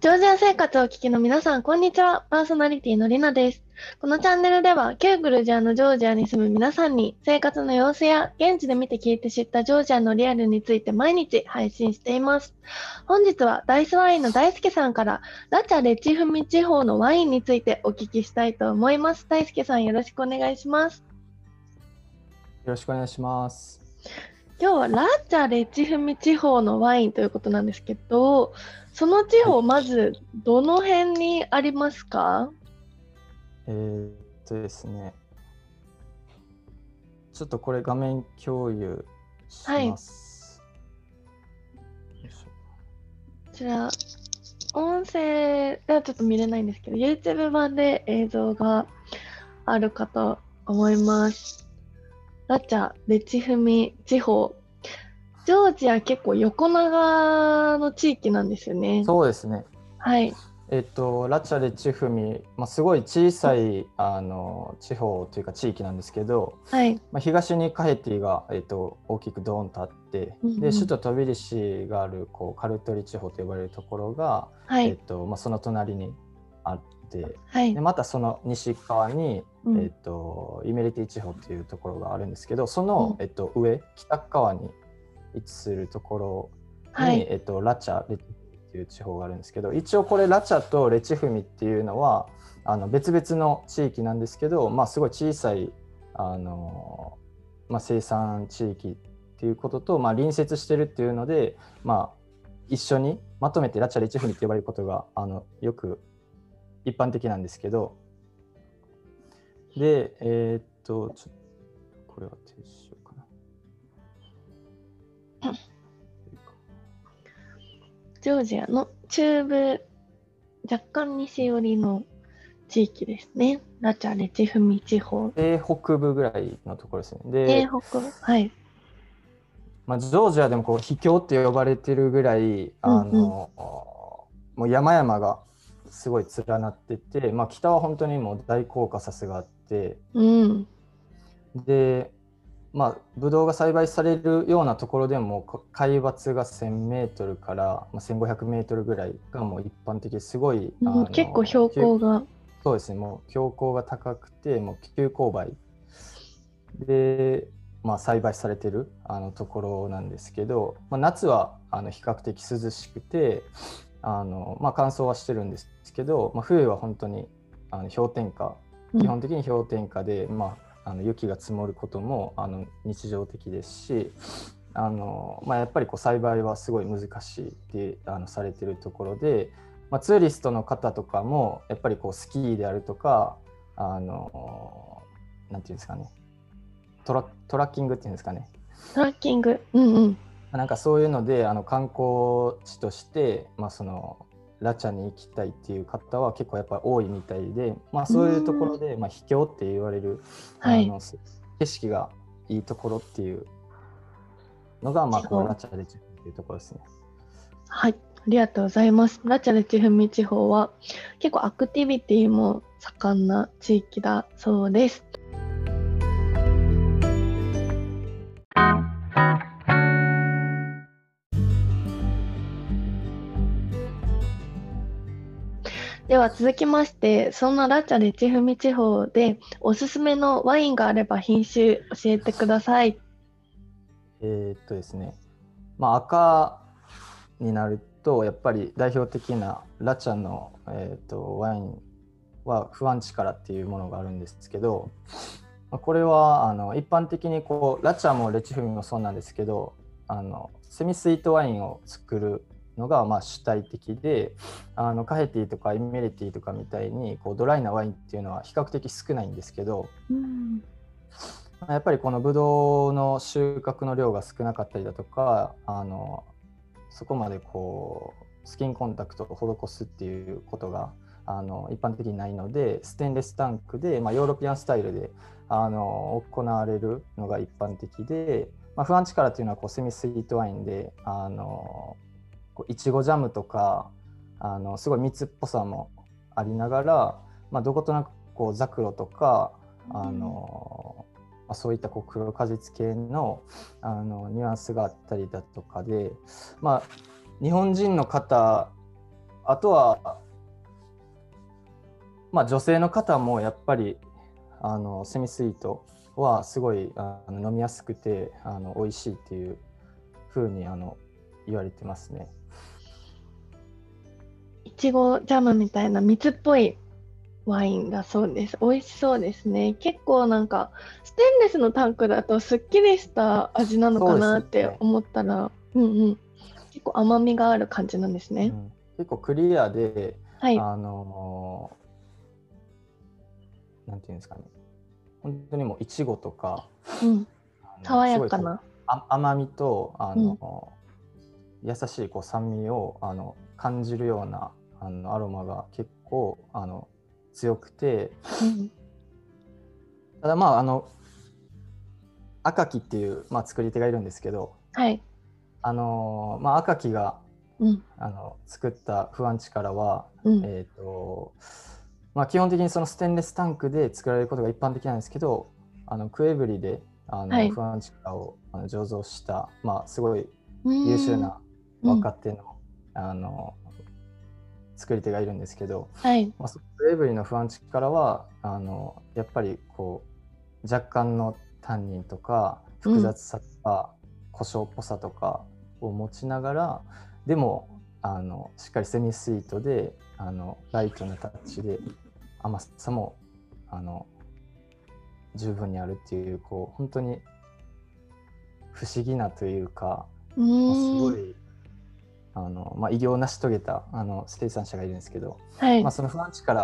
ジョージア生活をお聞きの皆さん、こんにちは。パーソナリティのりなです。このチャンネルでは、旧グルジアのジョージアに住む皆さんに、生活の様子や、現地で見て聞いて知ったジョージアのリアルについて毎日配信しています。本日は、ダイスワインの大輔さんから、ラチャ・レチフミ地方のワインについてお聞きしたいと思います。大輔さん、よろしくお願いします。 よろしくお願いします。 今日はラチャ・レチフミ地方のワインということなんですけど、その地はい。 方、まず、どの辺にありますか？ ですね、ちょっとこれ画面共有しはい。 まこす。よいしちら、音声ではちょっと見れないんですけど、YouTube 版で映像があるかと思います。ラチャ・レチフミ地方。ジョージア結構横長の地域なんですよね。 そうですね。 はい。 ラチャレチフミ、すごい小さい地方というか地域なんですけど、 はい。 東にカヘティが、大きくドーンとあって、でうんうん。 首都トビリシがあるカルトリ地方と呼ばれるところが、 はい。 その隣にあって、 はい。 でまたその西側に、 うん。 イメリティ地方というところがあるんですけど、その、 うん。 上北側に位置するところに、 はい。 ラチャレチフミっていう地方があるんですけど、一応これラチャとレチフミっていうのは別々の地域なんですけど、すごい小さいあの、生産地域っていうことと、隣接してるっていうので、一緒にまとめてラチャレチフミって呼ばれることがよく一般的なんですけど、でちょっとこれは停止しようかな。 ジョージアの中部、若干西寄りの地域ですね。ラチャ・レチフミ地方。 西北部ぐらいのところですね。 西で、 北部。はい。 ジョージアでも秘境って呼ばれてるぐらいうんうん。 もう山々がすごい連なってて、北は本当にもう大コーカサスがあって、 うん。 でブドウが栽培されるようなところでも海抜が1000メートルから1500メートルぐらいがもう一般的ですごいうん、結構標高が。 そうですね、もう標高が高くてもう急勾配で、栽培されてるところなんですけど、夏は比較的涼しくて乾燥はしてるんですけど、冬は本当に氷点下、基うん。 本的に氷点下で、雪が積もることも日常的ですし、やっぱり栽培はすごい難しいってされてるところで、ツーリストの方とかもやっぱりスキーであるとかなんていうんですかね、トラッキングっていうんですかね、 トラッキング。うんうん。 なんかそういうので観光地として、そのラチャに行きたいっていう方は結構やっぱり多いみたいで、 うそういうとこーん。 ろで、秘境って言われるはい。 景色がいいところっていうのが、この地方。 ラチャレチフっていうところですね。 はい。ありがとうございます。ラチャレチフミ地方は結構アクティビティも盛んな地域だそうです。では続きまして、そんなラチャレチフミ地方でおすすめのワインがあれば品種教えてください。 ですね、赤になるとやっぱり代表的なラチャの、ワインはフアンチカラっていうものがあるんですけど、これは一般的にラチャもレチフミもそうなんですけど、セミスイートワインを作るのが主体的で、カヘティとかイメリティとかみたいにドライなワインっていうのは比較的少ないんですけど、 うん。 やっぱりこのブドウの収穫の量が少なかったりだとか、そこまでスキンコンタクトを施すっていうことが一般的にないので、ステンレスタンクで、ヨーロピアンスタイルで行われるのが一般的で、フアンチカラというのはセミスイートワインでいちごジャムとかすごい蜜っぽさもありながら、どことなくザクロとかそういった黒果実系のニュアンスがあったりだとかで、日本人の方あとは、まあ、女性の方もやっぱりセミスイートはすごい飲みやすくて美味しいっていう風に言われてますね。 いちごジャムみたいな蜜っぽいワインだそうです。美味しそうですね。結構なんかステンレスのタンクだとすっきりした味なのかなって思ったら、うんうん、結構甘みがある感じなんですね。 結構クリアで、 はい、 なんていうんですかね、本当にもういちごとか、 爽やかな甘みと優しい酸味を感じるようなアロマが結構強くて、ただまあ赤木っていう、作り手がいるんですけど、 はい、 赤木が、作ったフアンチからは、基本的にそのステンレスタンクで作られることが一般的なんですけど、クエブリでフアンチカラを醸造した、すごい優秀な若手の、作り手がいるんですけど、クエブリのフアンチカラはやっぱり若干のタンニンとか複雑さとか、胡椒っぽさとかを持ちながら、でもしっかりセミスイートでライトなタッチで甘さも十分にあるっていう、本当に不思議なというか、すごい偉業を成し遂げた生産者がいるんですけど、そのフアンチから、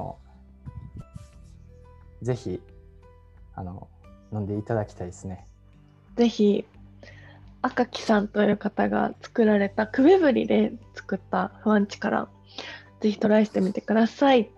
ぜひ飲んでいただきたいですね。 ぜひ赤木さんという方が作られたクエブリで作ったフアンチからぜひトライしてみてください。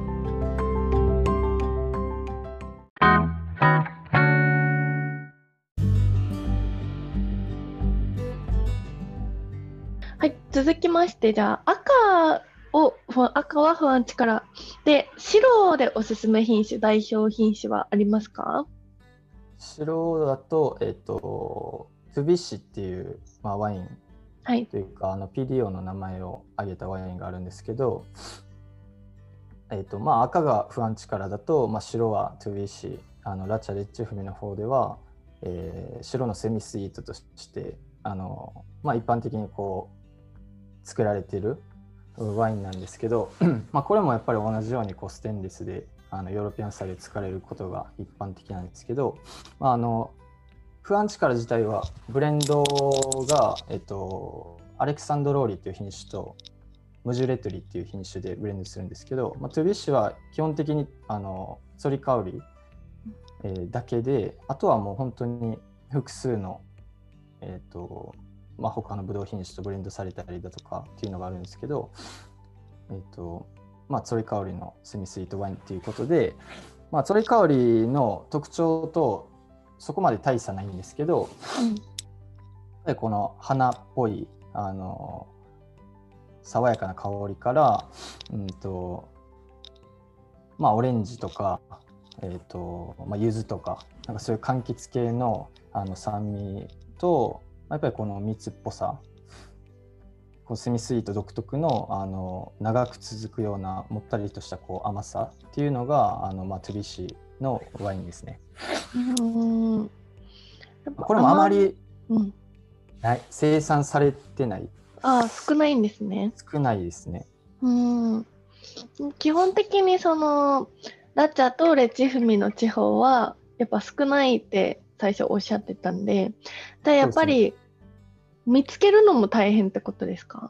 はい、続きましてじゃあ赤はフアンチからで、白でおすすめ品種代表品種はありますか？ 白だとトゥビッシっていう、ワインというか、PDO の名前を挙げたワインがあるんですけど、赤がフアンチからだと、白はトゥビッシ、ラチャレッチェフミの方では、白のセミスイートとして一般的に作られているワインなんですけどこれもやっぱり同じようにステンレスでヨーロピアンスタイルで作られることが一般的なんですけど、フアンチカラ自体はブレンドが、アレクサンドローリっていう品種とムジュレトリっていう品種でブレンドするんですけど、トゥビッシュは基本的にソリ香り、だけで、あとはもう本当に複数の、他のブドウ品種とブレンドされたりだとかっていうのがあるんですけど、ソリ香りのセミスイートワインっていうことで、ソリ香りの特徴とそこまで大差ないんですけど、この花っぽい爽やかな香りから、オレンジとか、柚子とか、なんかそういう柑橘系の酸味と、やっぱりこの蜜っぽさ、セミスイート独特の長く続くようなもったりとした甘さっていうのがトゥビッシーのワインですね。これもあまり、生産されてない。 少ないんですね。 少ないですね。 基本的にそのラチャとレチフミの地方はやっぱ少ないって最初おっしゃってたんで、やっぱり見つけるのも大変ってことですか？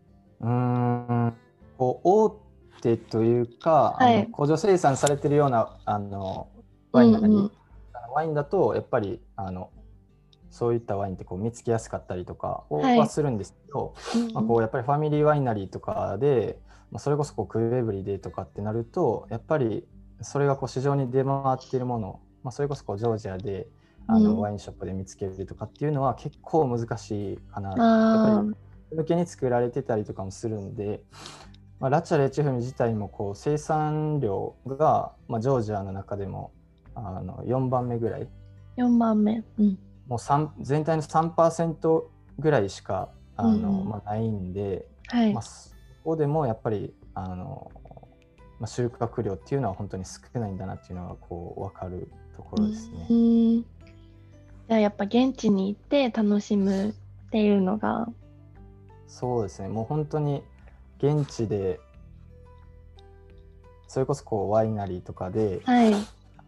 大手というか、工場生産されてるようなワイナリー、ワインだとやっぱりそういったワインって見つけやすかったりとかはするんですけど、やっぱりファミリーワイナリーとかで、それこそクエブリでとかってなると、やっぱりそれが市場に出回っているもの、それこそジョージアでワインショップで見つけるとかっていうのは結構難しいかな。やっぱり向けに作られてたりとかもするんで、ラチャレチフミ自体も生産量が、ジョージアの中でも4番目ぐらい。 4番目。 もう全体の 3% ぐらいしかないんで、そこでもやっぱり収穫量っていうのは本当に少ないんだなっていうのがこう分かるところですね。 じゃあやっぱ現地に行って楽しむっていうのが。 そうですね、もう本当に現地でそれこそこうワイナリーとかで、 はい、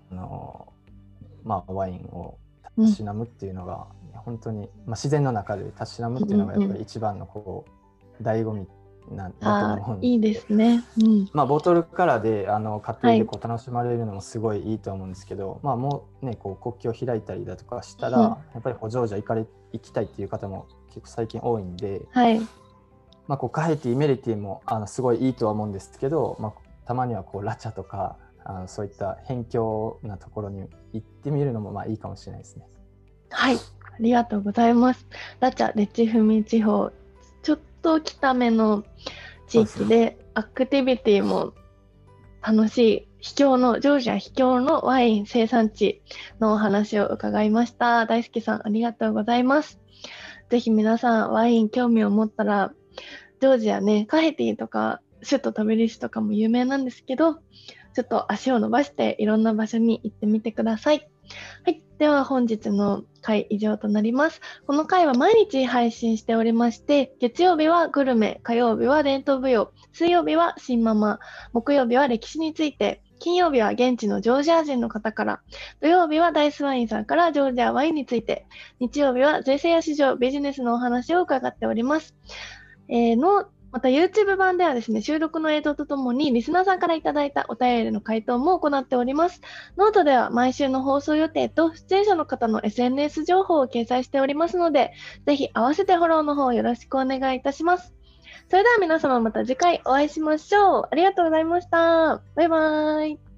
ワインをたしなむっていうのが、本当に、自然の中でたしなむっていうのがやっぱり一番のこう醍醐味なんだと思うんで。 いいですね。 ボトルからで家庭でこう楽しまれるのもすごいいいと思うんですけど、もうねこう国境を開いたりだとかしたら、やっぱりジョージア行きたいっていう方も結構最近多いんで、こうカヘティメリティもすごいいいとは思うんですけど、たまにはこうラチャとかそういった辺境なところに行ってみるのもいいかもしれないですね。 はい、ありがとうございます。ラチャ、レチフミ地方、ちょっと北めの地域でアクティビティも楽しいジョージア秘境のワイン生産地のお話を伺いました。大輔さん、ありがとうございます。ぜひ皆さんワイン興味を持ったら、ジョージアね、カヘティとか首都タビリシとかも有名なんですけど、ちょっと足を伸ばしていろんな場所に行ってみてください。はい、では本日の回以上となります。この回は毎日配信しておりまして、月曜日はグルメ、火曜日は伝統舞踊、水曜日は新ママ、木曜日は歴史について、金曜日は現地のジョージア人の方から、土曜日はダイスワインさんからジョージアワインについて、日曜日は税制や市場、ビジネスのお話を伺っております。また YouTube 版ではですね、収録の映像とともにリスナーさんからいただいたお便りの回答も行っております。ノートでは毎週の放送予定と出演者の方の SNS 情報を掲載しておりますので、ぜひ合わせてフォローの方よろしくお願いいたします。それでは皆様また次回お会いしましょう。ありがとうございました。バイバーイ。